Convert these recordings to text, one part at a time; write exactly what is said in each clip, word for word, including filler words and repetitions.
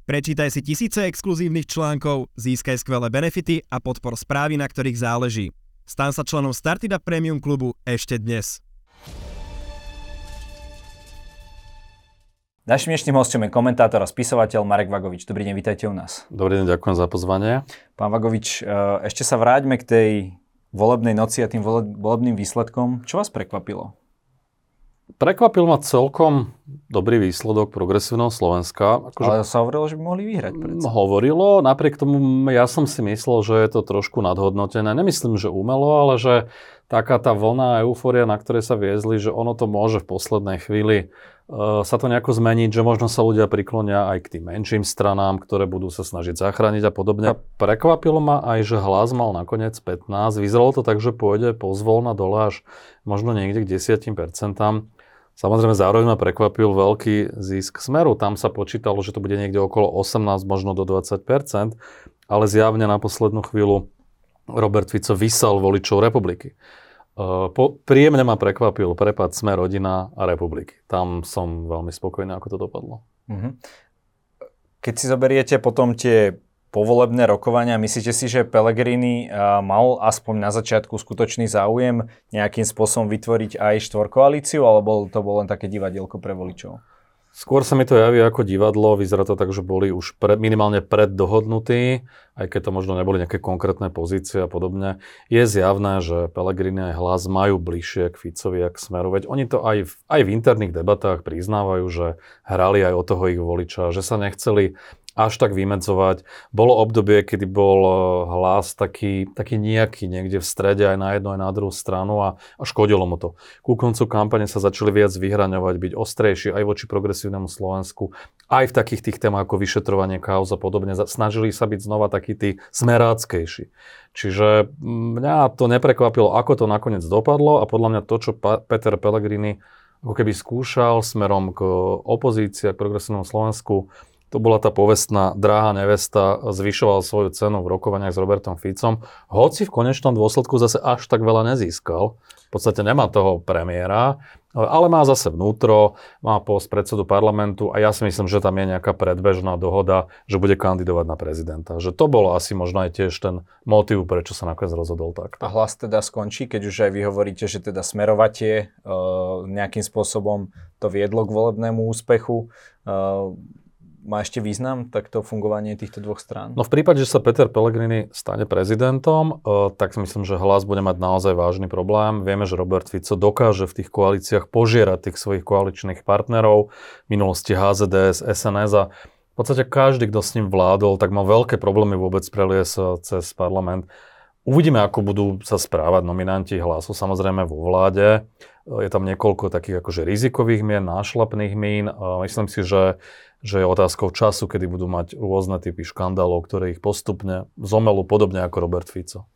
Prečítaj si tisíce exkluzívnych článkov, získaj skvelé benefity a podpor správy, na ktorých záleží. Stan sa členom Startida Premium klubu ešte dnes. Naším dnešným hosťom je komentátor a spisovateľ Marek Vagovič. Dobrý deň, vítajte u nás. Dobrý deň, ďakujem za pozvanie. Pán Vagovič, ešte sa vráťme k tej volebnej noci a tým volebným výsledkom. Čo vás prekvapilo? Prekvapil ma celkom dobrý výsledok Progresívneho Slovenska. Akože, ale sa hovorilo, že by mohli vyhrať. Predsa. Hovorilo, napriek tomu ja som si myslel, že je to trošku nadhodnotené. Nemyslím, že umelo, ale že taká tá vlna a eufória, na ktorej sa viezli, že ono to môže v poslednej chvíli uh, sa to nejako zmeniť, že možno sa ľudia priklonia aj k tým menším stranám, ktoré budú sa snažiť zachrániť a podobne. A prekvapilo ma aj, že Hlas mal nakoniec pätnásť. Vyzeralo to tak, že pôjde pozvolna dole až možno niekde k desať percent. Samozrejme, zároveň ma prekvapil veľký zisk Smeru. Tam sa počítalo, že to bude niekde okolo osemnásť, možno do dvadsať percent, ale zjavne na poslednú chvíľu Robert Fico vysal voličov Republiky. Po, príjemne ma prekvapil prepad Smer, Rodina a Republiky. Tam som veľmi spokojný, ako to dopadlo. Keď si zoberiete potom tie povolebné rokovania, myslíte si, že Pellegrini mal aspoň na začiatku skutočný záujem nejakým spôsobom vytvoriť aj štvorkoalíciu, alebo to bolo len také divadielko pre voličov? Skôr sa mi to javí ako divadlo, vyzerá to tak, že boli už pre, minimálne preddohodnutí, aj keď to možno neboli nejaké konkrétne pozície a podobne. Je zjavné, že Pellegrini aj Hlas majú bližšie k Ficovi a k Smeru, veď oni to aj v, aj v interných debatách priznávajú, že hrali aj o toho ich voliča, že sa nechceli až tak vymedzovať. Bolo obdobie, kedy bol Hlas taký, taký nejaký niekde v strede aj na jednu, aj na druhú stranu a, a škodilo mu to. Ku koncu kampane sa začali viac vyhraňovať, byť ostrejší aj voči Progresívnemu Slovensku, aj v takých tých témach ako vyšetrovanie káuz a podobne. Snažili sa byť znova takí tí smeráckejší. Čiže mňa to neprekvapilo, ako to nakoniec dopadlo a podľa mňa to, čo pa- Peter Pellegrini ako keby skúšal smerom k opozícii a k Progresívnemu Slovensku, to bola tá povestná drahá nevesta, zvyšoval svoju cenu v rokovaniach s Robertom Ficom, hoci v konečnom dôsledku zase až tak veľa nezískal. V podstate nemá toho premiéra, ale má zase vnútro, má post predsedu parlamentu a ja si myslím, že tam je nejaká predbežná dohoda, že bude kandidovať na prezidenta. Že to bolo asi možno aj tiež ten motív, prečo sa nakoniec rozhodol takto. A Hlas teda skončí, keď už aj vy hovoríte, že teda smerovatie e, nejakým spôsobom to viedlo k volebnému úspechu. E, Má ešte význam takto fungovanie týchto dvoch strán? No v prípade, že sa Peter Pellegrini stane prezidentom, tak si myslím, že Hlas bude mať naozaj vážny problém. Vieme, že Robert Fico dokáže v tých koalíciách požierať tých svojich koaličných partnerov, v minulosti há zet dé es, es en es a v podstate každý, kto s ním vládol, tak mal veľké problémy vôbec preliesť cez parlament. Uvidíme, ako budú sa správať nominanti Hlasu, samozrejme vo vláde. Je tam niekoľko takých akože rizikových mien, nášlapných mín. Myslím si, že, že je otázkou času, kedy budú mať rôzne typy škandálov, ktoré ich postupne zomelú podobne ako Robert Fico.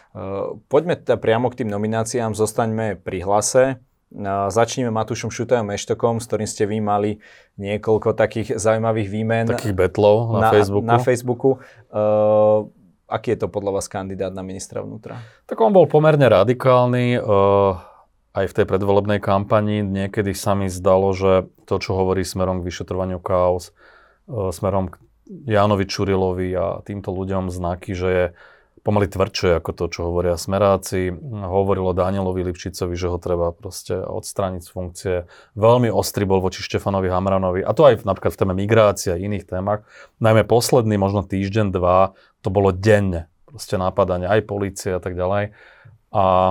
Poďme teda priamo k tým nomináciám, zostaňme pri Hlase. Začneme Matúšom Šutajom Eštokom, s ktorým ste vy mali niekoľko takých zaujímavých výmen. Takých betlov na, na Facebooku. Na Facebooku. Uh, aký je to podľa vás kandidát na ministra vnútra? Tak on bol pomerne radikálny. Uh, Aj v tej predvolebnej kampani niekedy sa mi zdalo, že to, čo hovorí smerom k vyšetrovaniu káuz, smerom k Jánovi Čurilovi a týmto ľuďom znaky, že je pomaly tvrdšie ako to, čo hovoria smeráci. Hovorilo Danielovi Lipšicovi, že ho treba proste odstrániť z funkcie. Veľmi ostrý bol voči Štefanovi Hamranovi. A to aj napríklad v téme migrácie a iných témach. Najmä posledný, možno týždeň, dva, to bolo denne. Proste napadanie aj polície a tak ďalej. A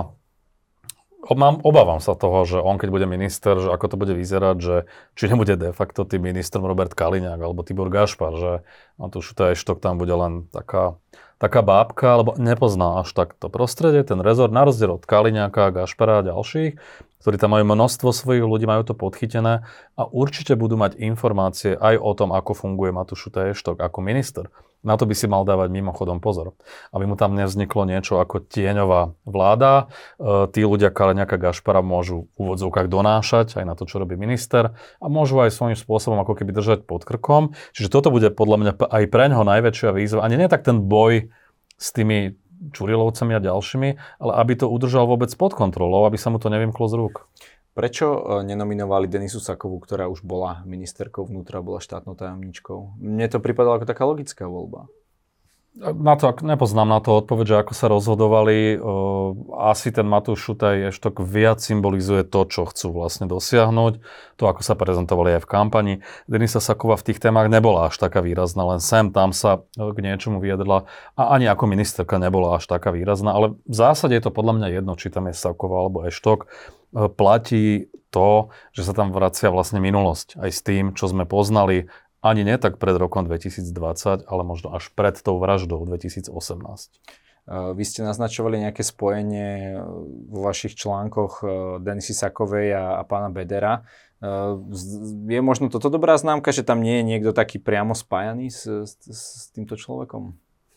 Mám, obávam sa toho, že on keď bude minister, že ako to bude vyzerať, že či nebude de facto tým ministrom Robert Kaliňák alebo Tibor Gašpar, že Matúš Šutaj Eštok tam bude len taká, taká bábka, alebo nepozná až tak to prostredie, ten rezort, na rozdiel od Kaliňáka, Gašpara a ďalších, ktorí tam majú množstvo svojich ľudí, majú to podchytené a určite budú mať informácie aj o tom, ako funguje Matúš Šutaj Eštok ako minister. Na to by si mal dávať mimochodom pozor. Aby mu tam nevzniklo niečo ako tieňová vláda. E, tí ľudia Kaliňáka, Gašpara môžu v úvodzovkách donášať aj na to, čo robí minister a môžu aj svojím spôsobom ako keby držať pod krkom. Čiže toto bude podľa mňa aj preňho najväčšia výzva. Ani nie tak ten boj s tými Čurilovcami a ďalšími, ale aby to udržal vôbec pod kontrolou, aby sa mu to nevymklo z rúk. Prečo nenominovali Denisu Sakovú, ktorá už bola ministerkou vnútra, bola štátnou tajomníčkou? Mne to pripadalo ako taká logická voľba. Na to, nepoznám na to odpoveď, že ako sa rozhodovali. Asi ten Matúš Šutaj Eštok viac symbolizuje to, čo chcú vlastne dosiahnuť. To, ako sa prezentovali aj v kampani. Denisa Saková v tých témach nebola až taká výrazná, len sem tam sa k niečomu vyjadrila a ani ako ministerka nebola až taká výrazná. Ale v zásade je to podľa mňa jedno, či tam je Saková alebo Eštok. Platí to, že sa tam vracia vlastne minulosť aj s tým, čo sme poznali ani nie tak pred rokom dvetisícdvadsať, ale možno až pred tou vraždou dvetisícosemnásť. Vy ste naznačovali nejaké spojenie vo vašich článkoch Denisy Sakovej a, a pána Bedera. Je možno toto dobrá známka, že tam nie je niekto taký priamo spájaný s, s, s týmto človekom?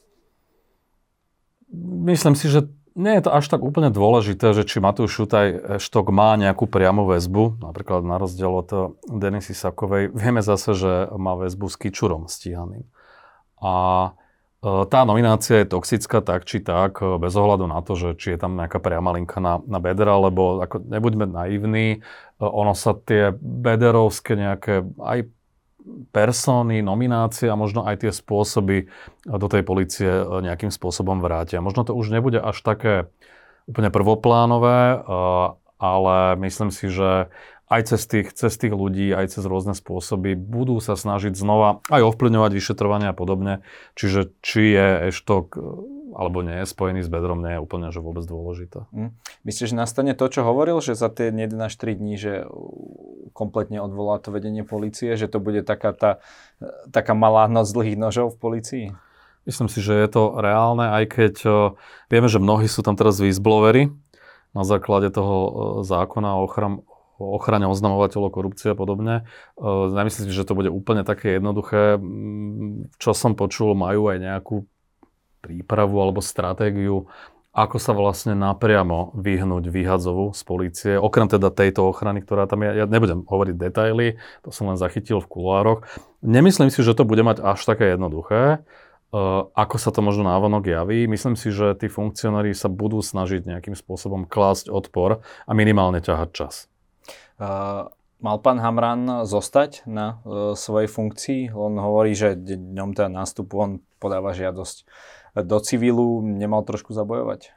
Myslím si, že nie je to až tak úplne dôležité, že či Matúš Šutaj Eštok má nejakú priamu väzbu, napríklad na rozdiel od Denisy Sakovej. Vieme zase, že má väzbu s Kičurom stíhaným. A tá nominácia je toxická tak či tak, bez ohľadu na to, že či je tam nejaká priama linka na, na Bedera, lebo ako, nebuďme naivní, ono sa tie bederovské nejaké aj persóny, nominácie a možno aj tie spôsoby do tej polície nejakým spôsobom vrátia. Možno to už nebude až také úplne prvoplánové, ale myslím si, že aj cez tých, cez tých ľudí, aj cez rôzne spôsoby budú sa snažiť znova aj ovplyvňovať vyšetrovania a podobne. Čiže či je Eštok alebo nie je spojený s Bederom, nie je úplne že vôbec dôležité. Mm. Myslíš, že nastane to, čo hovoril, že za tie jeden až tri dní, že kompletne odvolá to vedenie polície, že to bude taká tá, taká malá noc dlhých nožov v polícii? Myslím si, že je to reálne, aj keď vieme, že mnohí sú tam teraz whistleblowery na základe toho zákona o ochran- o ochrane oznamovateľov korupcie a podobne. Nemyslím si, že to bude úplne také jednoduché. Čo som počul, majú aj nejakú prípravu alebo stratégiu, ako sa vlastne napriamo vyhnúť výhadzovu z polície. Okrem teda tejto ochrany, ktorá tam je. Ja nebudem hovoriť detaily, to som len zachytil v kuloároch. Nemyslím si, že to bude mať až také jednoduché. Ako sa to možno návonok javí. Myslím si, že tí funkcionári sa budú snažiť nejakým spôsobom klásť odpor a minimálne ťahať čas. Uh, mal pán Hamran zostať na uh, svojej funkcii? On hovorí, že dňom teda nástupu on podáva žiadosť do civilu. Nemal trošku zabojovať?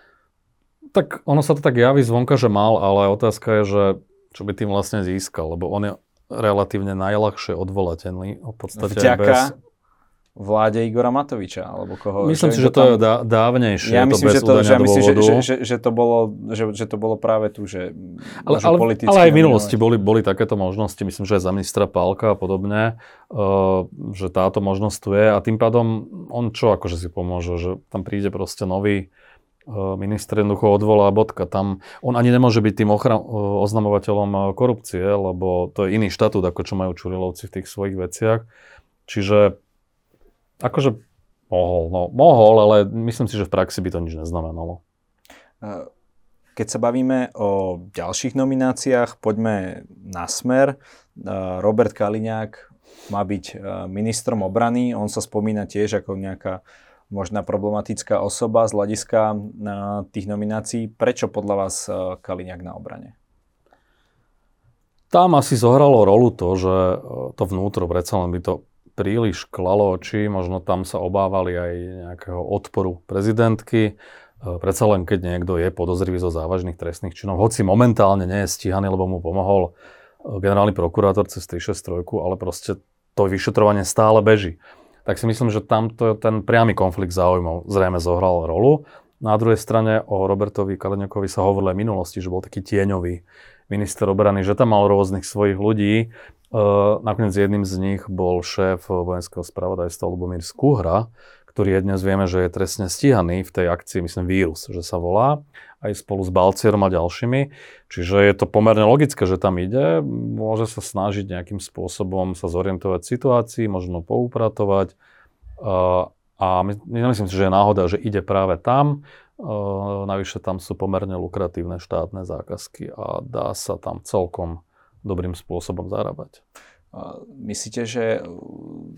Tak ono sa to tak javí zvonka, že mal, ale otázka je, že čo by tým vlastne získal, lebo on je relatívne najľahšie odvolateľný. V podstate Vďaka bez... vláde Igora Matoviča, alebo koho? Myslím si, že to je dá, dávnejšie. Ja myslím, to že to, že, ja myslím že, že, že, že, to bolo, že, že to bolo práve tu, že ale, ale, ale aj v minulosti boli, boli takéto možnosti, myslím, že aj za ministra Pálka a podobne, uh, že táto možnosť tu je a tým pádom on čo akože si pomôže, že tam príde proste nový uh, minister, jednoducho odvolá bodka. Tam on ani nemôže byť tým ochran- uh, oznamovateľom korupcie, lebo to je iný štatút, ako čo majú Čurilovci v tých svojich veciach. Čiže akože mohol, no mohol, ale myslím si, že v praxi by to nič neznamenalo. Keď sa bavíme o ďalších nomináciách, poďme na Smer. Robert Kaliňák má byť ministrom obrany. On sa spomína tiež ako nejaká možná problematická osoba z hľadiska tých nominácií. Prečo podľa vás Kaliňák na obrane? Tam asi zohralo rolu to, že to vnútro predsa len by to príliš klalo oči, možno tam sa obávali aj nejakého odporu prezidentky. Predsa len keď niekto je podozrivý zo závažných trestných činov, hoci momentálne nie je stíhaný, lebo mu pomohol generálny prokurátor cez tri šesť tri, ale proste to vyšetrovanie stále beží. Tak si myslím, že tamto ten priamy konflikt záujmov zrejme zohral rolu. Na druhej strane o Robertovi Kaliňákovi sa hovorilo aj v minulosti, že bol taký tieňový minister obrany, že tam mal rôznych svojich ľudí. Uh, nakoniec jedným z nich bol šéf vojenského spravodajstva Ľubomír Skúhra, ktorý je dnes vieme, že je trestne stíhaný v tej akcii, myslím, Vírus, že sa volá, aj spolu s Balcierom a ďalšími. Čiže je to pomerne logické, že tam ide. Môže sa snažiť nejakým spôsobom sa zorientovať v situácii, možno poupratovať. Uh, a my, myslím si, že je náhoda, že ide práve tam. Uh, navyše tam sú pomerne lukratívne štátne zákazky a dá sa tam celkom dobrým spôsobom zarábať. Myslíte, že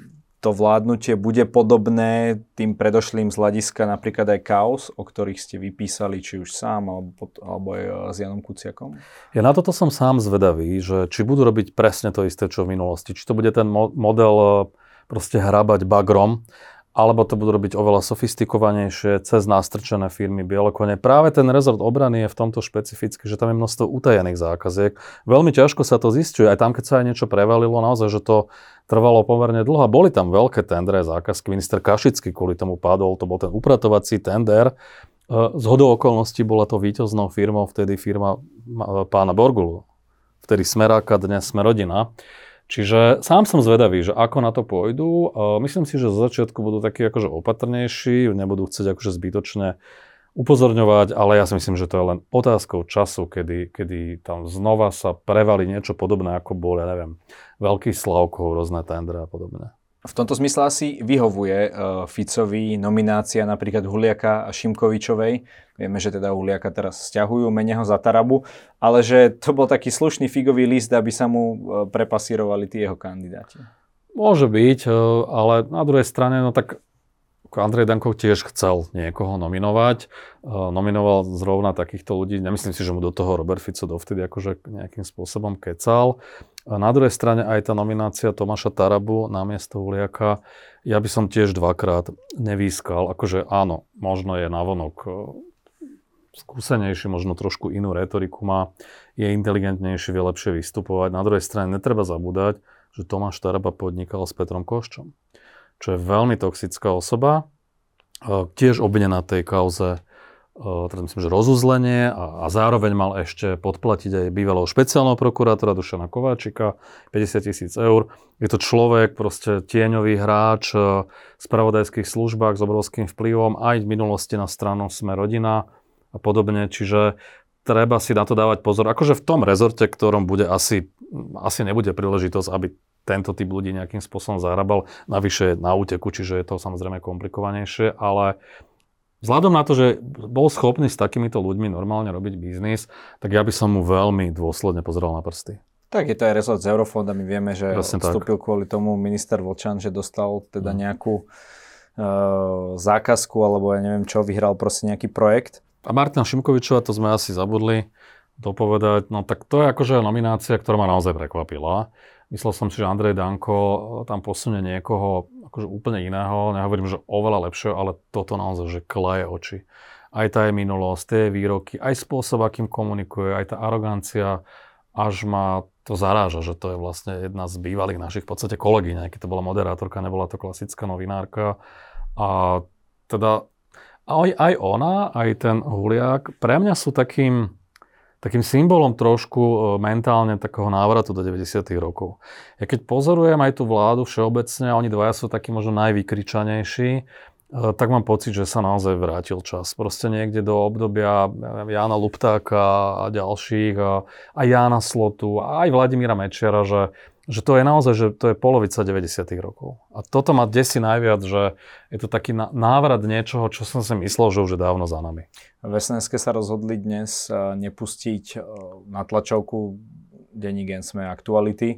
to vládnutie bude podobné tým predošlým z hľadiska napríklad aj Chaos, o ktorých ste vypísali, či už sám, alebo, alebo aj s Janom Kuciakom? Ja na toto som sám zvedavý, že či budú robiť presne to isté, čo v minulosti. Či to bude ten mo- model proste hrabať bagrom, alebo to budú robiť oveľa sofistikovanejšie, cez nástrčené firmy, biele kone. Práve ten rezort obrany je v tomto špecifický, že tam je množstvo utajených zákaziek. Veľmi ťažko sa to zisťuje, aj tam, keď sa aj niečo prevalilo, naozaj, že to trvalo pomerne dlho. Boli tam veľké tendre, zákazky. Minister Kašický kvôli tomu padol, to bol ten upratovací tender. Zhodou okolností bola to víťaznou firmou, vtedy firma pána Borgulu, vtedy Smeráka, dnes Smerodina. Čiže sám som zvedavý, že ako na to pôjdu. Myslím si, že zo začiatku budú takí akože opatrnejší, nebudú chcieť akože zbytočne upozorňovať, ale ja si myslím, že to je len otázkou času, kedy, kedy tam znova sa prevalí niečo podobné, ako bol, ja neviem, Veľký Slavkov, rôzne tendre a podobne. V tomto zmysle asi vyhovuje uh, Ficovi nominácia napríklad Huliaka a Šimkovičovej. Vieme, že teda Huliaka teraz sťahujú, menia ho za Tarabu, ale že to bol taký slušný figový list, aby sa mu uh, prepasírovali tí jeho kandidáti. Môže byť, uh, ale na druhej strane, no tak Andrej Danko tiež chcel niekoho nominovať. Uh, nominoval zrovna takýchto ľudí. Nemyslím si, že mu do toho Robert Fico dovtedy akože nejakým spôsobom kecal. A na druhej strane aj tá nominácia Tomáša Tarabu na miesto Huliaka, ja by som tiež dvakrát nevýskal. Akože áno, možno je navonok skúsenejší, možno trošku inú retoriku má, je inteligentnejší, vie lepšie vystupovať. Na druhej strane netreba zabúdať, že Tomáš Taraba podnikal s Petrom Koščom, čo je veľmi toxická osoba, tiež obvinená tej kauze, teda myslím, že rozuzlenie a, a zároveň mal ešte podplatiť aj bývalého špeciálneho prokurátora Dušana Kováčika päťdesiat tisíc eur. Je to človek, proste tieňový hráč v spravodajských službách s obrovským vplyvom aj v minulosti na stranu Smer-Rodina a podobne, čiže treba si na to dávať pozor. Akože v tom rezorte, ktorom bude asi, asi nebude príležitosť, aby tento typ ľudí nejakým spôsobom zahrabal. Navyše na úteku, čiže je to samozrejme komplikovanejšie, ale vzhľadom na to, že bol schopný s takýmito ľuďmi normálne robiť biznis, tak ja by som mu veľmi dôsledne pozeral na prsty. Tak je to aj rezort s eurofondami. Vieme, že Presne vstúpil tak. kvôli tomu minister Vlčan, že dostal teda nejakú uh, zákazku, alebo ja neviem čo, vyhral proste nejaký projekt. A Martina Šimkovičová, to sme asi zabudli dopovedať, no tak to je akože nominácia, ktorá ma naozaj prekvapila. Myslel som si, že Andrej Danko tam posunie niekoho akože úplne iného, nehovorím, že oveľa lepšieho, ale toto naozaj, že kleje oči. Aj tá je minulosť, tie výroky, aj spôsob, akým komunikuje, aj tá arogancia, až ma to zaráža, že to je vlastne jedna z bývalých našich v podstate kolegyň, aj keď to bola moderátorka, nebola to klasická novinárka. A teda aj, aj ona, aj ten Huliak, pre mňa sú takým takým symbolom trošku mentálne takého návratu do deväťdesiatych rokov. Ja keď pozorujem aj tú vládu všeobecne, a oni dvaja sú takí možno najvykričanejší, tak mám pocit, že sa naozaj vrátil čas. Proste niekde do obdobia Jána Luptáka a ďalších, a, a Jána Slotu, a aj Vladimíra Mečiara, že, že to je naozaj, že to je polovica deväťdesiatych rokov. A toto ma desí najviac, že je to taký návrat niečoho, čo som si myslel, že už je dávno za nami. V es en eske sa rozhodli dnes nepustiť na tlačovku denník N SME Aktuality.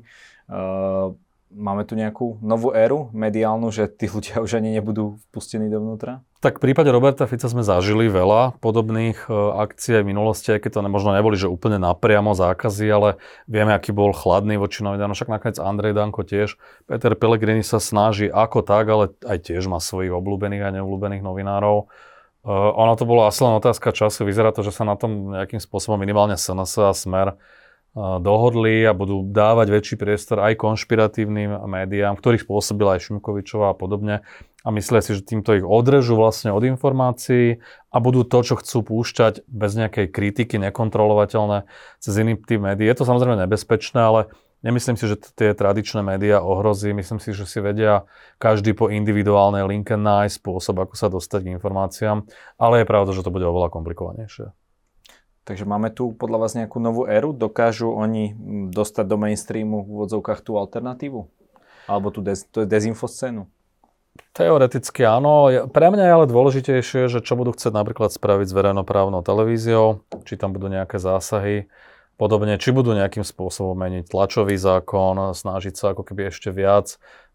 Máme tu nejakú novú éru mediálnu, že tí ľudia už ani nebudú vpustení dovnútra? Tak v prípade Roberta Fica sme zažili veľa podobných akcií aj v minulosti, aj keď to možno neboli, že úplne napriamo zákazy, ale vieme, aký bol chladný voči novinárom. Však nakoniec Andrej Danko tiež. Peter Pellegrini sa snaží ako tak, ale aj tiež má svojich obľúbených a neobľúbených novinárov. Uh, ono to bolo asi len otázka času. Vyzerá to, že sa na tom nejakým spôsobom minimálne es en es a Smer uh, dohodli a budú dávať väčší priestor aj konšpiratívnym médiám, ktorých spôsobila aj Šimkovičová a podobne. A myslia si, že týmto ich odrežú vlastne od informácií a budú to, čo chcú púšťať bez nejakej kritiky, nekontrolovateľné cez iný typ médií. Je to samozrejme nebezpečné, ale nemyslím si, že tie tradičné médiá ohrozí. Myslím si, že si vedia každý po individuálnej linke nájsť spôsob, ako sa dostať k informáciám. Ale je pravda, že to bude oveľa komplikovanejšie. Takže máme tu podľa vás nejakú novú éru? Dokážu oni dostať do mainstreamu v úvodzovkách tú alternatívu? Alebo tú dez, tú dezinfoscénu? Teoreticky áno. Pre mňa je ale dôležitejšie, že čo budú chcieť napríklad spraviť s verejnoprávnou televíziou, či tam budú nejaké zásahy. Podobne, či budú nejakým spôsobom meniť tlačový zákon, snažiť sa ako keby ešte viac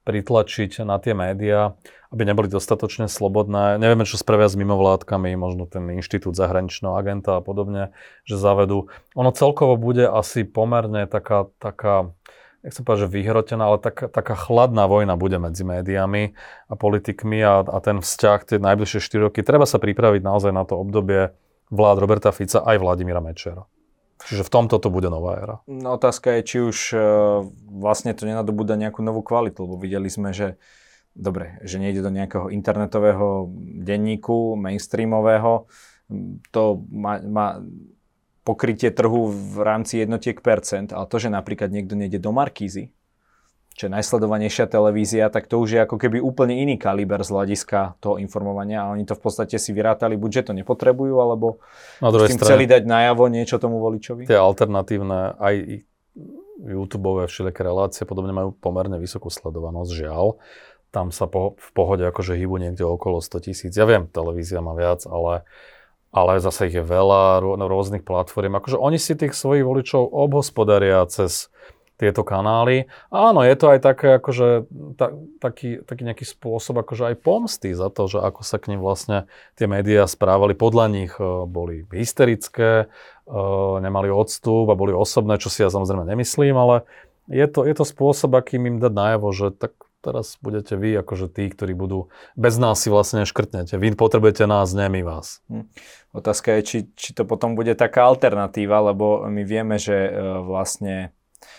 pritlačiť na tie médiá, aby neboli dostatočne slobodné. Nevieme, čo spravia s mimovládkami, možno ten inštitút zahraničného agenta a podobne, že zavedú. Ono celkovo bude asi pomerne taká, taká nechcem povedať, že vyhrotená, ale taká, taká chladná vojna bude medzi médiami a politikmi a, a ten vzťah tie najbližšie štyri roky. Treba sa pripraviť naozaj na to obdobie vlád Roberta Fica aj Vladimíra Mečiara. Čiže v tomto to bude nová éra. No, otázka je, či už uh, vlastne to nenadobúda nejakú novú kvalitu, lebo videli sme, že dobre, že nejde do nejakého internetového denníku, mainstreamového, to má, má pokrytie trhu v rámci jednotiek percent, ale to, že napríklad niekto nejde do Markízy, čo je najsledovanejšia televízia, tak to už je ako keby úplne iný kaliber z hľadiska toho informovania a oni to v podstate si vyrátali, buď že to nepotrebujú, alebo s tým chceli dať najavo niečo tomu voličovi. Tie alternatívne, aj YouTubeové všelijaké relácie podobne majú pomerne vysokú sledovanosť, žiaľ. Tam sa po, v pohode akože hýbu niekde okolo sto tisíc. Ja viem, televízia má viac, ale, ale zase ich je veľa na rôznych platform. Akože oni si tých svojich voličov obhospodaria cez tieto kanály. Áno, je to aj také, akože, ta, taký, taký nejaký spôsob akože aj pomsty za to, že ako sa k nim vlastne tie médiá správali. Podľa nich uh, boli hysterické, uh, nemali odstup a boli osobné, čo si ja samozrejme nemyslím, ale je to, je to spôsob, akým im dať najavo, že tak teraz budete vy, akože tí, ktorí budú, bez nás si vlastne škrtnete. Vy potrebujete nás, nie my vás. Hm. Otázka je, či, či to potom bude taká alternatíva, lebo my vieme, že uh, vlastne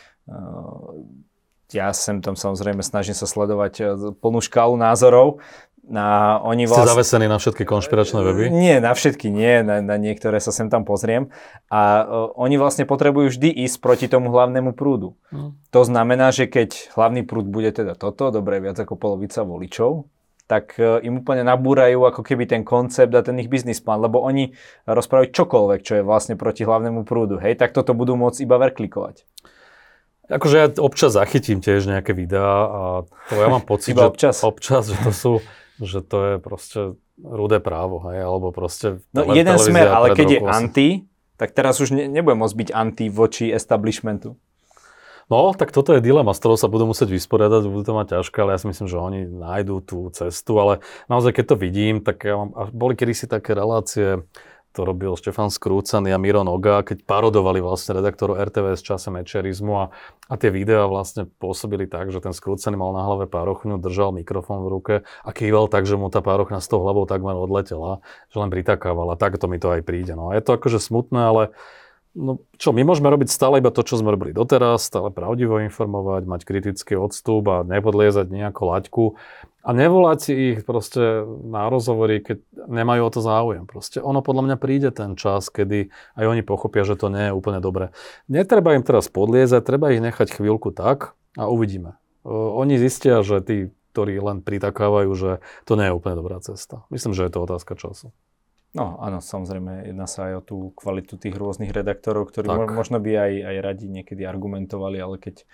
ja sem tam samozrejme snažím sa sledovať plnú škálu názorov. A oni Ste vlastne... zavesení na všetky konšpiračné weby? Nie, na všetky nie, na, na niektoré sa sem tam pozriem. A uh, oni vlastne potrebujú vždy ísť proti tomu hlavnému prúdu. Hmm. To znamená, že keď hlavný prúd bude teda toto, dobre, viac ako polovica voličov, tak uh, im úplne nabúrajú ako keby ten koncept a ten ich biznis plán, lebo oni rozprávajú čokoľvek, čo je vlastne proti hlavnému prúdu. Hej, tak toto budú môcť iba verklikovať. Akože ja občas zachytím tiež nejaké videá a to ja mám pocit, že občas. občas, že to sú, že to je proste rudé právo, hej, alebo proste... No jeden smer, ale keď je anti, tak teraz už ne, nebudem môcť byť anti voči establishmentu. No, tak toto je dilema, z ktorou sa budú musieť vysporiadať, budú to mať ťažké, ale ja si myslím, že oni nájdú tú cestu, ale naozaj keď to vidím, tak ja mám, boli kedysi také relácie, to robil Štefan Skrúcaný a Miro Noga, keď parodovali vlastne redaktorov er té vé es v čase mečerizmu a, a tie videá vlastne pôsobili tak, že ten Skrúcaný mal na hlave párochňu, držal mikrofón v ruke a kýval tak, že mu tá párochňa s tou hlavou takmer odletela, že len pritakávala. Takto mi to aj príde. No a je to akože smutné, ale no čo, my môžeme robiť stále iba to, čo sme robili doteraz, stále pravdivo informovať, mať kritický odstup a nepodliezať nejakú laťku. A nevolať si ich proste na rozhovory, keď nemajú o to záujem. Proste ono podľa mňa príde ten čas, kedy aj oni pochopia, že to nie je úplne dobré. Netreba im teraz podliezať, treba ich nechať chvíľku tak a uvidíme. Oni zistia, že tí, ktorí len pritakávajú, že to nie je úplne dobrá cesta. Myslím, že je to otázka času. No áno, samozrejme, jedná sa aj o tú kvalitu tých rôznych redaktorov, ktorí tak. možno by aj, aj radi niekedy argumentovali, ale keď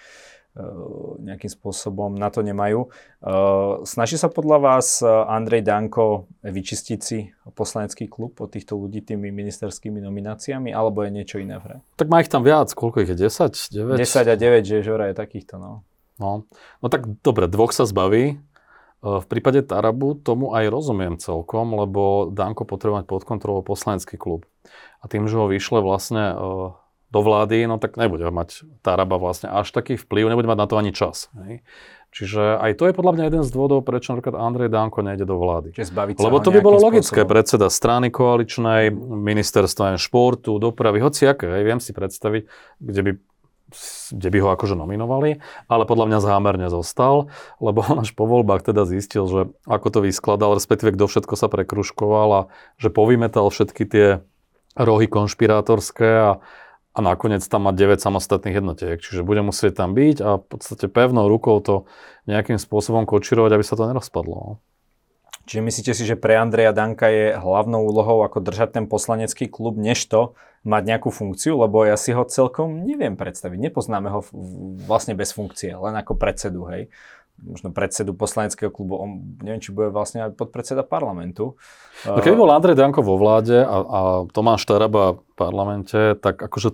nejakým spôsobom na to nemajú. Snaží sa podľa vás Andrej Danko vyčistiť si poslanecký klub od týchto ľudí tými ministerskými nomináciami, alebo je niečo iné v hre? Tak má ich tam viac. Koľko ich je? desať? deväť? desať a deväť, že žora je takýchto, no. No, no tak dobre, dvoch sa zbaví. V prípade Tarabu tomu aj rozumiem celkom, lebo Danko potrebuje mať pod kontrolou poslanecký klub. A tým, že ho vyšle vlastne do vlády, no tak nebude mať Taraba vlastne až taký vplyv, nebude mať na to ani čas. Hej. Čiže aj to je podľa mňa jeden z dôvodov, prečo napríklad Andrej Danko nejde do vlády. Lebo to by bolo logické, spôsobom. Predseda strany koaličnej, ministerstva športu, dopravy, hociaké, hej, viem si predstaviť, kde by, kde by ho akože nominovali, ale podľa mňa zámerne zostal, lebo on až po voľbách teda zistil, že ako to vyskladal, respektíve kto všetko sa prekruškoval a že povymetal všetky tie rohy konšpirátorské a a nakoniec tam má deväť samostatných jednotiek, čiže bude musieť tam byť a v podstate pevnou rukou to nejakým spôsobom kočirovať, aby sa to nerozpadlo. Čiže myslíte si, že pre Andreja Danka je hlavnou úlohou ako držať ten poslanecký klub, než to mať nejakú funkciu? Lebo ja si ho celkom neviem predstaviť. Nepoznáme ho vlastne bez funkcie, len ako predsedu, hej. Možno predsedu poslaneckého klubu, on, neviem, či bude vlastne aj podpredseda parlamentu. No keby bol Andrej Danko vo vláde a, a Tomáš Taraba v parlamente, tak akože ten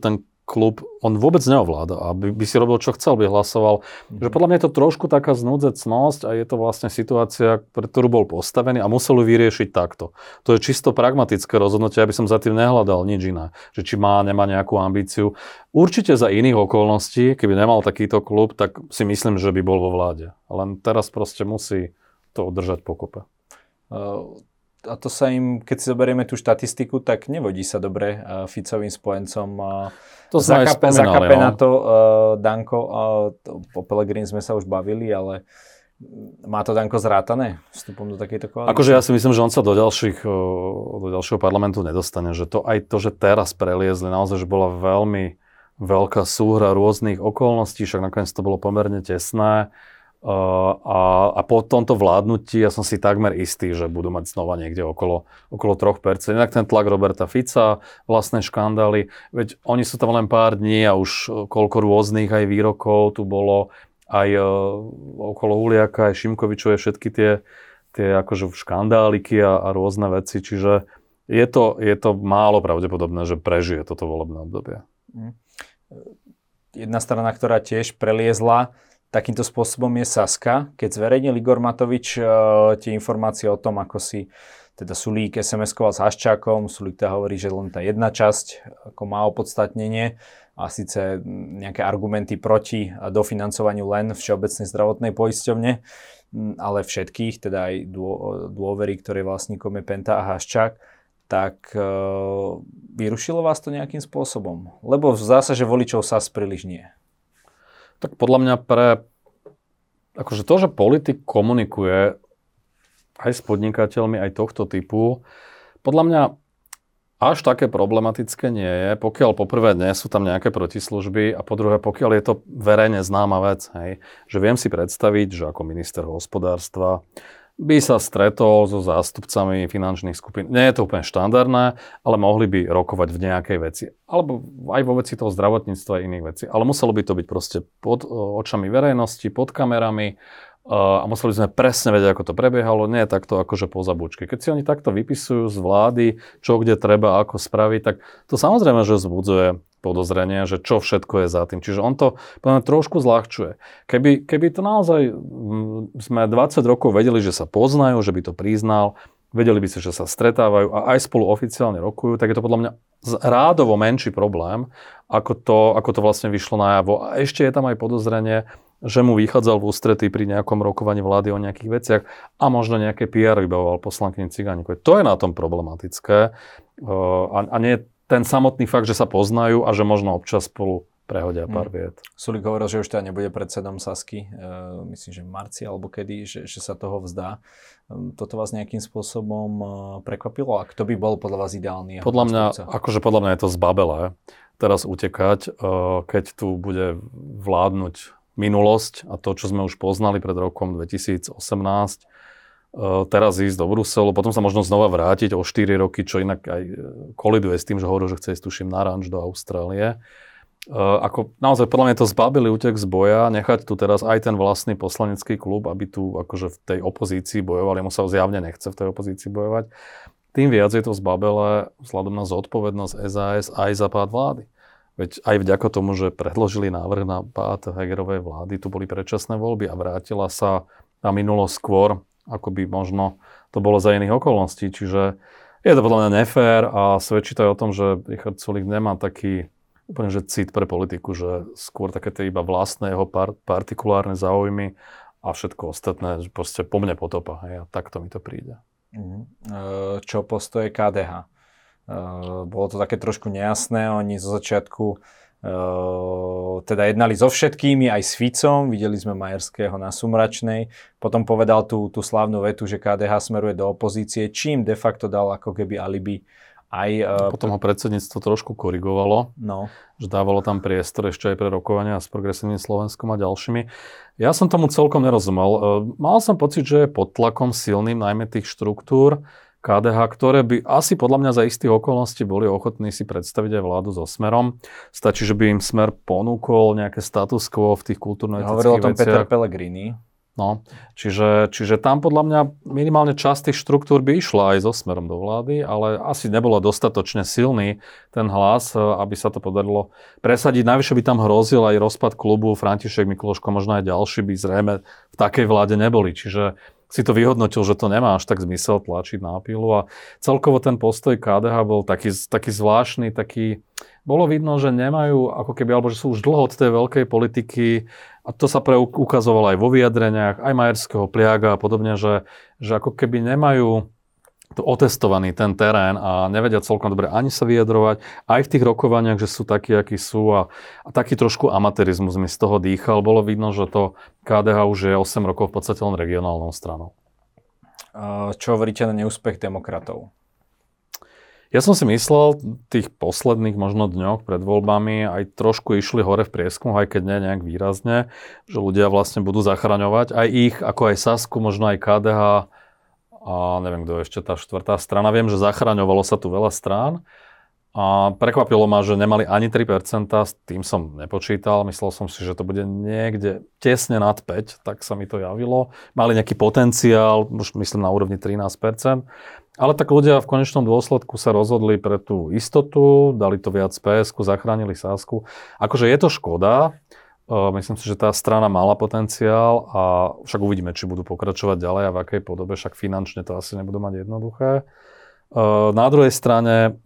klub, on vôbec neovláda a by, by si robil, čo chcel, by hlasoval. Mm. Že podľa mňa je to trošku taká znúdzecnosť a je to vlastne situácia, pre ktorú bol postavený a musel ju vyriešiť takto. To je čisto pragmatické rozhodnutie, aby som za tým nehľadal nič iné. Že či má, nemá nejakú ambíciu. Určite za iných okolností, keby nemal takýto klub, tak si myslím, že by bol vo vláde. Len teraz proste musí to držať pokope. Uh... A to sa im, keď si zoberieme tú štatistiku, tak nevodí sa dobre uh, Ficovým spojencom. Uh, to sme aj spomínali, zakape no. na to, uh, Danko, uh, to, o Pellegrini sme sa už bavili, ale má to Danko zrátané vstupom do takejto koalície? Akože ja si myslím, že on sa do, ďalších, do ďalšieho parlamentu nedostane. Že to aj to, že teraz preliezli, naozaj, že bola veľmi veľká súhra rôznych okolností, však nakoniec to bolo pomerne tesné. Uh, a, a po tomto vládnutí ja som si takmer istý, že budú mať znova niekde okolo, okolo tri percentá. Inak ten tlak Roberta Fica, vlastné škandály, veď oni sú tam len pár dní a už koľko rôznych aj výrokov tu bolo, aj uh, okolo Huliaka, aj Šimkovičové, všetky tie, tie akože škandáliky a, a rôzne veci, čiže je to, je to málo pravdepodobné, že prežije toto volebné obdobie. Jedna strana, ktorá tiež preliezla takýmto spôsobom je Saska. Keď zverejnil Igor Matovič uh, tie informácie o tom, ako si teda Sulík es em eskoval s Haščákom, Sulík teda hovorí, že len tá jedna časť ako má opodstatnenie a síce nejaké argumenty proti dofinancovaniu len Všeobecnej zdravotnej poisťovne, ale všetkých, teda aj dôvery, ktoré vlastníkom je Penta a Haščák, tak uh, vyrušilo vás to nejakým spôsobom? Lebo v zásade voličov es á es príliš nie. Tak podľa mňa pre, akože to, že politik komunikuje aj s podnikateľmi, aj tohto typu, podľa mňa až také problematické nie je, pokiaľ poprvé nie sú tam nejaké protislužby a po druhé, pokiaľ je to verejne známa vec, hej, že viem si predstaviť, že ako minister hospodárstva by sa stretol so zástupcami finančných skupín. Nie je to úplne štandardné, ale mohli by rokovať v nejakej veci. Alebo aj vo veci toho zdravotníctva a iných vecí. Ale muselo by to byť proste pod očami verejnosti, pod kamerami a museli by sme presne vedieť, ako to prebiehalo. Nie je takto akože po zabúčke. Keď si oni takto vypisujú z vlády, čo kde treba, ako spraviť, tak to samozrejme, že vzbudzuje podozrenie, že čo všetko je za tým. Čiže on to poviem, trošku zľahčuje. Keby, keby to naozaj sme dvadsať rokov vedeli, že sa poznajú, že by to priznal, vedeli by si, že sa stretávajú a aj spolu oficiálne rokujú, tak je to podľa mňa rádovo menší problém, ako to, ako to vlastne vyšlo najavo. A ešte je tam aj podozrenie, že mu vychádzal v ústretí pri nejakom rokovaní vlády o nejakých veciach a možno nejaké pé er vybavoval poslankyni Cigánikovej. To je na tom problematické a, a nie ten samotný fakt, že sa poznajú a že možno občas spolu prehodia pár viet. Hmm. Sulík hovoril, že už teda nebude predsedom Sasky, e, myslím, že v marci alebo kedy, že, že sa toho vzdá. E, toto vás nejakým spôsobom e, prekvapilo? A kto by bol podľa vás ideálny? Podľa mňa, akože podľa mňa je to zbabelé teraz utekať, e, keď tu bude vládnuť minulosť a to, čo sme už poznali pred rokom dvetisícosemnásť, teraz ísť do Bruselu, potom sa možno znova vrátiť o štyri roky, čo inak aj koliduje s tým, že hovorí, že chce ísť tuším na ranč do Austrálie. Ako naozaj podľa mňa to zbabili útek z boja, nechať tu teraz aj ten vlastný poslanecký klub, aby tu akože v tej opozícii bojoval, jemu sa zjavne nechce v tej opozícii bojovať. Tým viac je to zbabelé vzhľadom na zodpovednosť es a es aj za pád vlády. Veď aj vďaka tomu, že predložili návrh na pád Hegerovej vlády, tu boli predčasné voľby a vrátila sa na minulosť skôr, ako by možno to bolo za iných okolností. Čiže je to podľa mňa nefér a svedčí to aj o tom, že Richard Sulík nemá taký úplne že cit pre politiku, že skôr také tie iba vlastné jeho par- partikulárne záujmy a všetko ostatné, že proste po mne potopa. Hej, a takto mi to príde. Uh-huh. Čo postoje ká dé há? Bolo to také trošku nejasné. Oni zo začiatku Uh, teda jednali so všetkými, aj s Ficom, videli sme Majerského na Sumračnej, potom povedal tú, tú slávnu vetu, že ká dé há smeruje do opozície, čím de facto dal ako keby alibi aj... Uh, potom ho predsedníctvo trošku korigovalo, no. Že dávalo tam priestor ešte aj pre rokovania s Progresívnym Slovenskom a ďalšími. Ja som tomu celkom nerozumel. Uh, mal som pocit, že je pod tlakom silným, najmä tých štruktúr ká dé há, ktoré by asi podľa mňa za istých okolností boli ochotní si predstaviť aj vládu so Smerom. Stačí, že by im Smer ponúkol nejaké status quo v tých kultúrno-etických veciach. Hovoril o tom Peter Pellegrini. No, čiže, čiže tam podľa mňa minimálne časť tých štruktúr by išla aj so smerom do vlády, ale asi nebolo dostatočne silný ten hlas, aby sa to podarilo presadiť. Najvyššie by tam hrozil aj rozpad klubu, František Mikloško, možno aj ďalší by zrejme v takej vláde neboli. Čiže si to vyhodnotil, že to nemá až tak zmysel tlačiť na pilu a celkovo ten postoj ká dé há bol taký, taký zvláštny, taký... Bolo vidno, že nemajú, ako keby, alebo že sú už dlho od tej veľkej politiky a to sa preukazovalo aj vo vyjadreniach, aj Majerského, Pliaga a podobne, že, že ako keby nemajú to otestovaný ten terén a nevedia celkom dobre ani sa vyjadrovať, aj v tých rokovaniach, že sú takí, akí sú a, a taký trošku amatérizmus mi z toho dýchal. Bolo vidno, že to ká dé há už je osem rokov v podstate len regionálnou stranou. Čo hovoríte na neúspech demokratov? Ja som si myslel, tých posledných možno dňoch pred voľbami aj trošku išli hore v prieskumoch, aj keď nie nejak výrazne, že ľudia vlastne budú zachraňovať aj ich, ako aj Sasku, možno aj ká dé há a neviem, kto je ešte tá štvrtá strana. Viem, že zachraňovalo sa tu veľa strán a prekvapilo ma, že nemali ani tri percentá, s tým som nepočítal, myslel som si, že to bude niekde tesne nad päť, tak sa mi to javilo. Mali nejaký potenciál, už myslím na úrovni trinásť percent. Ale tak ľudia v konečnom dôsledku sa rozhodli pre tú istotu, dali to viac pé esku, zachránili Sasku. Akože je to škoda, myslím si, že tá strana mala potenciál a však uvidíme, či budú pokračovať ďalej a v akej podobe, však finančne to asi nebudú mať jednoduché. Na druhej strane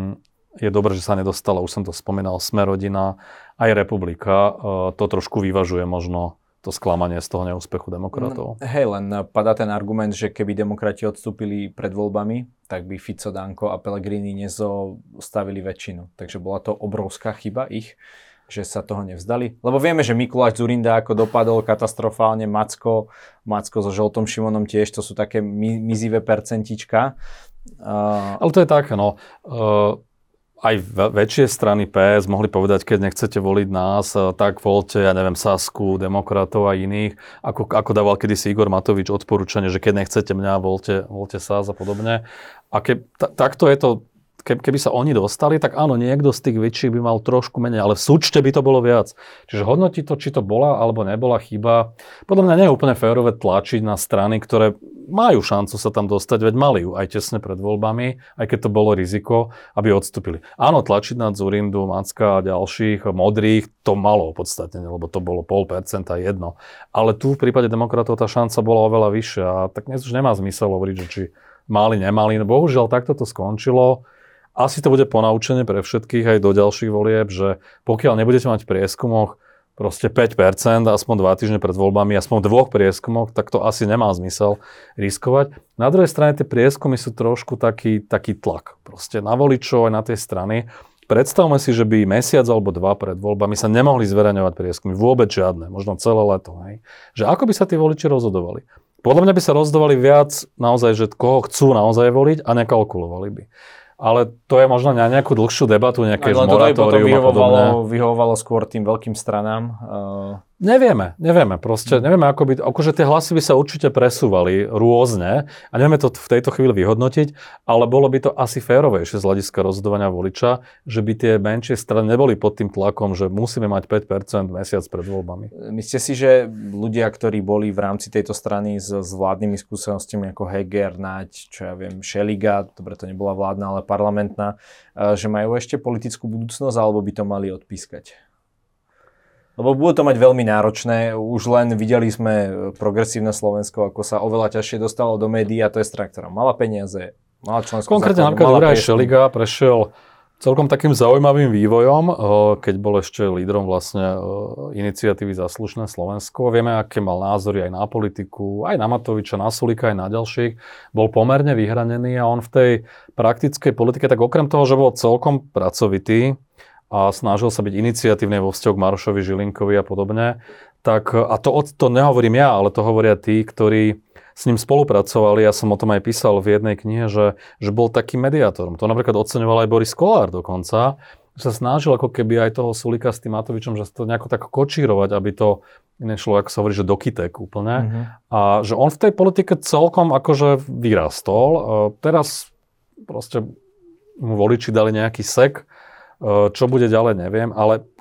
je dobré, že sa nedostala, už som to spomínal, Smer-rodina, aj Republika. To trošku vyvažuje možno to sklamanie z toho neúspechu demokratov. No, hej, len padá ten argument, že keby demokrati odstúpili pred voľbami, tak by Fico, Danko a Pellegrini nezostavili väčšinu. Takže bola to obrovská chyba ich, že sa toho nevzdali. Lebo vieme, že Mikuláš Dzurinda ako dopadol katastrofálne, Macko, Macko so Žoltom Šimonom tiež, to sú také mizivé percentička. Uh... Ale to je také, no... Uh... Aj väčšie strany pé es mohli povedať, keď nechcete voliť nás, tak voľte, ja neviem, Sasku, demokratov a iných. Ako, ako dával kedysi Igor Matovič odporúčanie, že keď nechcete mňa, voľte, voľte Sas a podobne. A ke, ta, takto je to, ke, keby sa oni dostali, tak áno, niekto z tých väčších by mal trošku menej, ale v súčte by to bolo viac. Čiže hodnotiť to, či to bola alebo nebola chyba, podľa mňa nie je úplne férové tlačiť na strany, ktoré majú šancu sa tam dostať, veď mali ju aj tesne pred voľbami, aj keď to bolo riziko, aby odstúpili. Áno, tlačiť na Dzurindu, Macka a ďalších modrých, to malo opodstatnenie, lebo to bolo nula celá päť percenta jedno. Ale tu v prípade demokratov tá šanca bola oveľa vyššia a tak dnes už nemá zmysel hovoriť, že či mali, nemali. No bohužiaľ, takto to skončilo. Asi to bude ponaučenie pre všetkých aj do ďalších volieb, že pokiaľ nebudete mať v prieskumoch proste päť percent, aspoň dva týždne pred voľbami, aspoň v dvoch prieskumoch, tak to asi nemá zmysel riskovať. Na druhej strane tie prieskumy sú trošku taký, taký tlak. Proste na voličov aj na tej strany. Predstavme si, že by mesiac alebo dva pred voľbami sa nemohli zverejňovať prieskumy. Vôbec žiadne, možno celé leto. Hej. Že ako by sa tí voliči rozhodovali? Podľa mňa by sa rozhodovali viac naozaj, že koho chcú naozaj voliť a nekalkulovali by. Ale to je možno na nejakú dlhšiu debatu, nejaké no, moratórium a podobne. Vyhovovalo skôr tým veľkým stranám. Uh... Nevieme, nevieme. Proste nevieme, ako by... Akože tie hlasy by sa určite presúvali rôzne a nevieme to v tejto chvíli vyhodnotiť, ale bolo by to asi férovejšie z hľadiska rozhodovania voliča, že by tie menšie strany neboli pod tým tlakom, že musíme mať päť percent mesiac pred voľbami. Myslíte si, že ľudia, ktorí boli v rámci tejto strany s, s vládnymi skúsenostiami ako Heger, Naď, čo ja viem, Šeliga, dobre, to nebola vládna, ale parlamentná, že majú ešte politickú budúcnosť, alebo by to mali odpískať? Lebo bude to mať veľmi náročné. Už len videli sme progresívne Slovensko, ako sa oveľa ťažšie dostalo do médií a to je strana, ktorá mala peniaze, mala členskú základňu. Konkrétne napríklad Juraj Šeliga prešiel celkom takým zaujímavým vývojom, keď bol ešte lídrom vlastne iniciatívy Za slušné Slovensko. Vieme, aké mal názory aj na politiku, aj na Matoviča, na Sulíka, aj na ďalších. Bol pomerne vyhranený a on v tej praktickej politike, tak okrem toho, že bol celkom pracovitý, a snažil sa byť iniciatívne vo vzťahu k Marošovi, Žilinkovi a podobne. Tak, a to, to nehovorím ja, ale to hovoria tí, ktorí s ním spolupracovali. Ja som o tom aj písal v jednej knihe, že, že bol takým mediátorom. To napríklad oceňoval aj Boris Kollár dokonca. Že sa snažil ako keby aj toho Sulíka s tým Matovičom, že to nejako tak kočírovať, aby to nešlo, ako sa hovorí, že do kytek úplne. Mm-hmm. A že on v tej politike celkom akože vyrastol. Teraz proste mu voliči dali nejaký sek. Čo bude ďalej, neviem, ale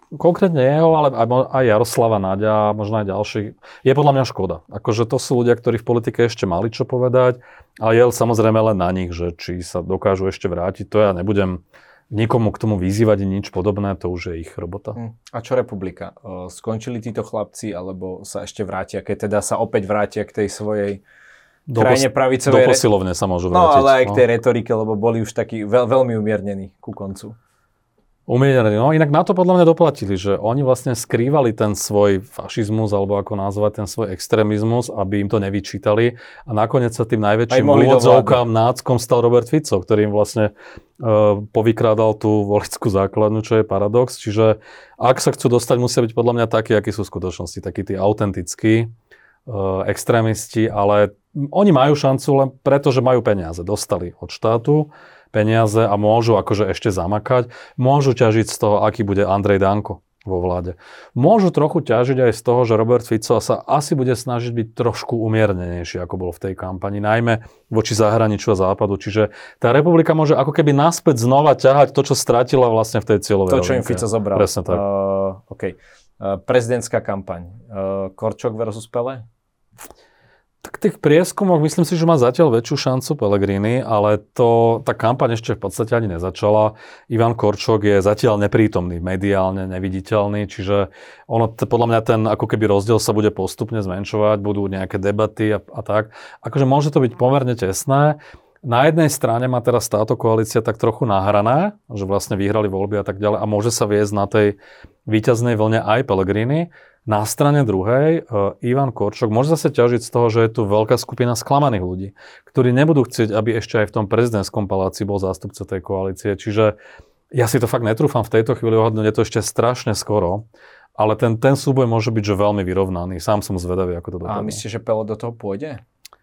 konkrétne jeho, ale aj, aj Jaroslava Naďa, možno aj ďalších, je podľa mňa škoda. Akože to sú ľudia, ktorí v politike ešte mali čo povedať, ale je samozrejme len na nich, že či sa dokážu ešte vrátiť, to ja nebudem nikomu k tomu vyzývať nič podobné, to už je ich robota. A čo Republika? Skončili títo chlapci, alebo sa ešte vrátia, keď teda sa opäť vrátia k tej svojej do krajine pravicovej... Do posilovne sa môžu vrátiť. No, ale aj k tej retorike, lebo boli už takí veľ, veľmi umiernení ku koncu. Umiernení, no inak na to podľa mňa doplatili, že oni vlastne skrývali ten svoj fašizmus, alebo ako nazvať ten svoj extrémizmus, aby im to nevyčítali. A nakoniec sa tým najväčším úvodzovkám náckom stal Robert Fico, ktorý im vlastne uh, povykrádal tú voličskú základňu, čo je paradox. Čiže ak sa chcú dostať, musia byť podľa mňa takí, akí sú v skutočnosti, takí tí autentickí uh, extrémisti, ale oni majú šancu len preto, že majú peniaze. Dostali od štátu peniaze a môžu akože ešte zamakať. Môžu ťažiť z toho, aký bude Andrej Danko vo vláde. Môžu trochu ťažiť aj z toho, že Robert Fico sa asi bude snažiť byť trošku umiernenejší, ako bol v tej kampani, najmä voči zahraničiu a západu. Čiže tá Republika môže ako keby naspäť znova ťahať to, čo stratila vlastne v tej cieľovej To, čo im rovinke. Fico zobral. Presne tak. Uh, OK. Uh, prezidentská kampaň. Uh, Korčok versus Pele? Tak v tých prieskumoch myslím si, že má zatiaľ väčšiu šancu Pellegrini, ale to, tá kampaň ešte v podstate ani nezačala. Ivan Korčok je zatiaľ neprítomný, mediálne neviditeľný, čiže ono, podľa mňa ten ako keby rozdiel sa bude postupne zmenšovať, budú nejaké debaty a, a tak. Akože môže to byť pomerne tesné. Na jednej strane má teraz táto koalícia tak trochu nahraná, že vlastne vyhrali voľby a tak ďalej a môže sa viesť na tej víťaznej vlne aj Pellegrini. Na strane druhej uh, Ivan Korčok môže zase ťažiť z toho, že je tu veľká skupina sklamaných ľudí, ktorí nebudú chcieť, aby ešte aj v tom prezidentskom paláci bol zástupca tej koalície. Čiže ja si to fakt netrúfam v tejto chvíli ohľadnúť, je to ešte strašne skoro, ale ten, ten súboj môže byť že veľmi vyrovnaný. Sám som zvedavý, ako to dopadne. A myslíte, že Pele do toho pôjde?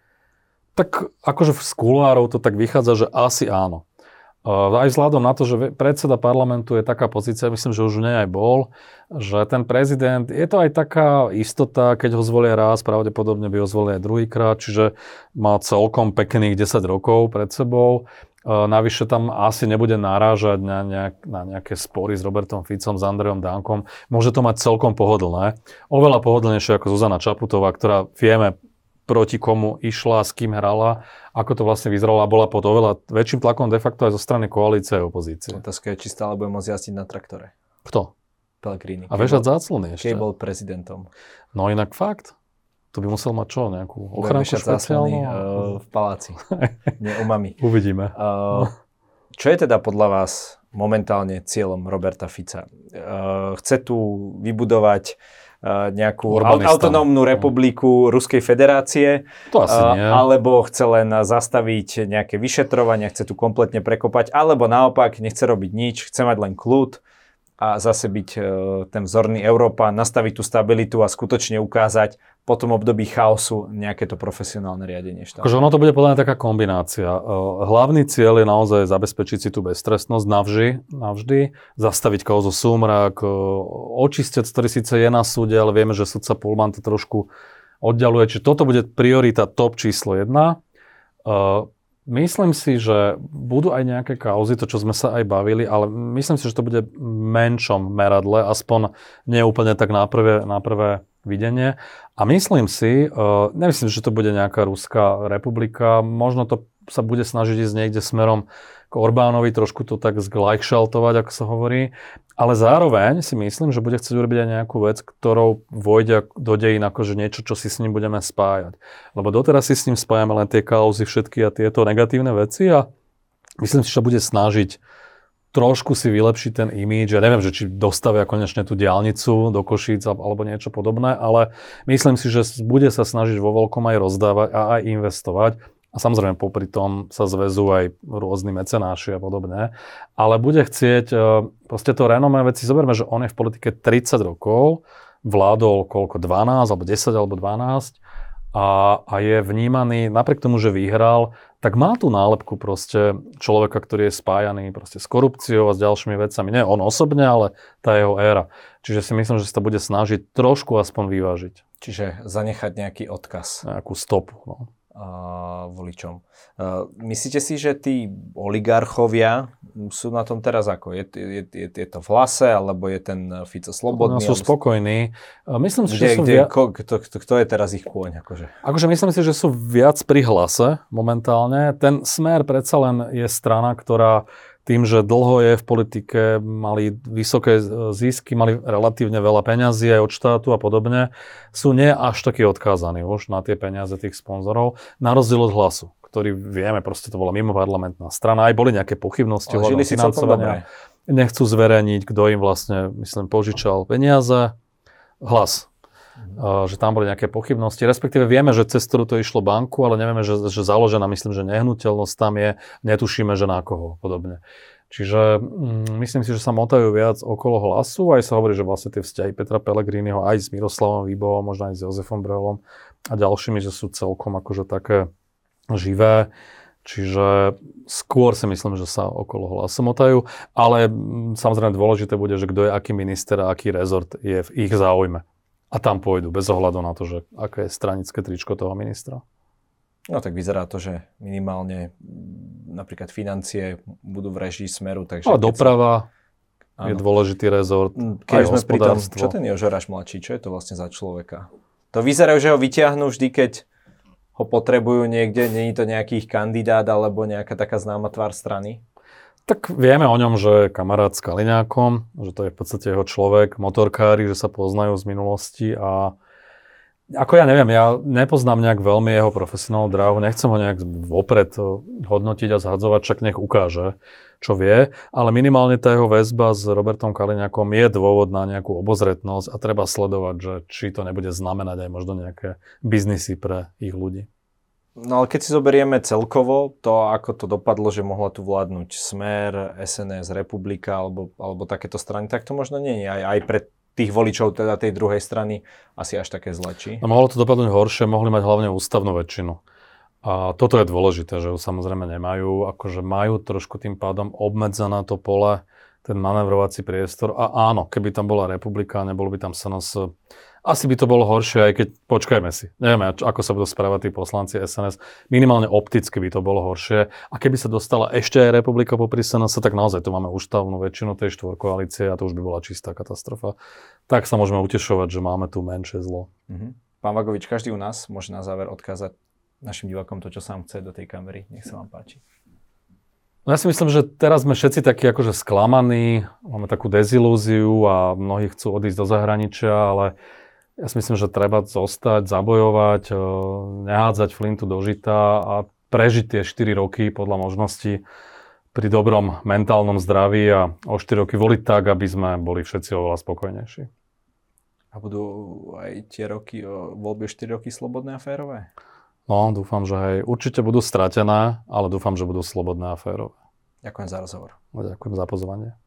Tak akože z kuloárov to tak vychádza, že asi áno. Aj vzhľadom na to, že predseda parlamentu je taká pozícia, myslím, že už nie aj bol, že ten prezident, je to aj taká istota, keď ho zvolia raz, pravdepodobne by ho zvolili aj druhýkrát, čiže má celkom pekných desať rokov pred sebou. Navyše tam asi nebude narážať na, nejak, na nejaké spory s Robertom Ficom, s Andrejom Dankom. Môže to mať celkom pohodlné. Oveľa pohodlnejšie ako Zuzana Čaputová, ktorá vieme, proti komu išla, s kým hrala, ako to vlastne vyzeralo a bola pod oveľa väčším tlakom de facto aj zo strany koalície a opozície. Otázka je, či stále bude môcť jazdiť na traktore. Kto? Pellegrini. A vešať záclony ešte. Keď bol prezidentom. No inak fakt. To by musel mať čo? Nejakú ochránku špeciálnu? Uh, v paláci. Nie, u mami. Uvidíme. Uh, čo je teda podľa vás momentálne cieľom Roberta Fica? Uh, chce tu vybudovať nejakú Urbanistan. autonómnu republiku Ruskej federácie, to asi nie. Alebo chce len zastaviť nejaké vyšetrovania, chce tu kompletne prekopať, alebo naopak nechce robiť nič, chce mať len kľud a zase byť ten vzorný Európa, nastaviť tú stabilitu a skutočne ukázať po tom období chaosu nejaké to profesionálne riadenie štátu. Akože ono to bude podľa mňa taká kombinácia. Hlavný cieľ je naozaj zabezpečiť si tú beztrestnosť navždy, navždy, zastaviť kauzu Sumrak, očistec, ktorý síce je na súde, ale vieme, že sudca Pullman to trošku oddialuje. Čiže toto bude priorita top číslo jedna. Myslím si, že budú aj nejaké kauzy, to čo sme sa aj bavili, ale myslím si, že to bude v menšom meradle, aspoň nie úplne tak na prvé, na prvé videnie. A myslím si, uh, nemyslím, že to bude nejaká Ruská republika, možno to sa bude snažiť ísť niekde smerom k Orbánovi, trošku to tak zglajkšaltovať, ako sa hovorí, ale zároveň si myslím, že bude chcieť urobiť aj nejakú vec, ktorou vojde do dejín akože niečo, čo si s ním budeme spájať. Lebo doteraz si s ním spájame len tie kauzy, všetky a tieto negatívne veci a myslím si, že bude snažiť trošku si vylepšiť ten imídž. Ja neviem, že či dostavia konečne tú diaľnicu do Košíc alebo niečo podobné, ale myslím si, že bude sa snažiť vo veľkom aj rozdávať a aj investovať. A samozrejme popri tom sa zväzú aj rôzni mecenáši a podobne. Ale bude chcieť proste to renomé veci. Zoberme, že on je v politike tridsať rokov, vládol koľko, dvanásť alebo desať alebo dvanásť a, a je vnímaný, napriek tomu, že vyhral, tak má tú nálepku proste človeka, ktorý je spájaný proste s korupciou a s ďalšími vecami. Nie on osobne, ale tá jeho éra. Čiže si myslím, že sa to bude snažiť trošku aspoň vyvážiť. Čiže zanechať nejaký odkaz. Nejakú stopu, no. uh, voličom. Uh, myslíte si, že tí oligarchovia sú na tom teraz ako? Je, je, je, je to v Hlase, alebo je ten Fico slobodný? No, sú spokojní. Myslím si, kde, že sú kde, via... ko, kto, kto, kto je teraz ich kôň? Akože? akože myslím si, že sú viac pri Hlase momentálne. Ten Smer predsa len je strana, ktorá tým, že dlho je v politike, mali vysoké zisky, mali relatívne veľa peňazí aj od štátu a podobne, sú nie až takí odkázaní už na tie peniaze tých sponzorov, na rozdiel od Hlasu, ktorý vieme, proste to bola mimoparlamentná strana, aj boli nejaké pochybnosti o financovania. Nechcú zverejniť, kto im vlastne, myslím, požičal peniaze. Hlas. Uh, že tam boli nejaké pochybnosti. Respektíve vieme, že cez ktorú to išlo banku, ale nevieme, že, že založená, myslím, že nehnuteľnosť tam je, netušíme, že na koho podobne. Čiže mm, myslím si, že sa motajú viac okolo Hlasu, aj sa hovorí, že vlastne tie vzťahy Petra Pellegriniho aj s Miroslavom Výbovom, možno aj s Jozefom Brelom a ďalšími, že sú celkom akože také živé. Čiže skôr si myslím, že sa okolo Hlasu motajú, ale mm, samozrejme dôležité bude, že kto je aký minister a aký rezort je v ich záujme. A tam pôjdu, bez ohľadu na to, že aké je stranické tričko toho ministra. No tak vyzerá to, že minimálne napríklad financie budú v režii Smeru. Takže a doprava sa... je dôležitý rezort. Keď sme pri tom, čo ten Jožo mladší, čo je to vlastne za človeka? To vyzerá, že ho vyťahnú vždy, keď ho potrebujú niekde, nie je to nejaký kandidát alebo nejaká taká známa tvár strany? Tak vieme o ňom, že je kamarát s Kaliňákom, že to je v podstate jeho človek, motorkári, že sa poznajú z minulosti a ako ja neviem, ja nepoznám nejak veľmi jeho profesionálnu dráhu, nechcem ho nejak vopred hodnotiť a zhadzovať, však nech ukáže, čo vie, ale minimálne tá jeho väzba s Robertom Kaliňákom je dôvod na nejakú obozretnosť a treba sledovať, že či to nebude znamenať aj možno nejaké biznisy pre ich ľudí. No ale keď si zoberieme celkovo to, ako to dopadlo, že mohla tu vládnuť Smer, es en es, Republika alebo, alebo takéto strany, tak to možno nie je aj, aj pre tých voličov teda tej druhej strany asi až také zlé, či? No, mohlo to dopadnúť horšie, mohli mať hlavne ústavnú väčšinu. A toto je dôležité, že ju samozrejme nemajú, akože majú trošku tým pádom obmedzené to pole, ten manevrovací priestor. A áno, keby tam bola Republika, nebolo by tam es en es, asi by to bolo horšie, aj keď, počkajme si, nevieme, ako sa budú správať tí poslanci es en es, minimálne opticky by to bolo horšie. A keby sa dostala ešte aj Republika popri es en es, tak naozaj tu máme ústavnú väčšinu tej štvorkoalície a to už by bola čistá katastrofa. Tak sa môžeme utešovať, že máme tu menšie zlo. Mhm. Pán Vagovič, každý u nás môže na záver odkázať našim divákom to, čo sám chce do tej kamery. Nech sa vám páči. No ja si myslím, že teraz sme všetci takí akože sklamaní, máme takú dezilúziu a mnohí chcú odísť do zahraničia, ale ja si myslím, že treba zostať, zabojovať, nehádzať flintu do žita a prežiť tie štyri roky podľa možností pri dobrom mentálnom zdraví a o štyri roky voliť tak, aby sme boli všetci oveľa spokojnejší. A budú aj tie roky, voľby štyri roky slobodné a férové? No, dúfam, že hej. Určite budú stratené, ale dúfam, že budú slobodné a férové. Ďakujem za rozhovor. Ďakujem za pozvanie.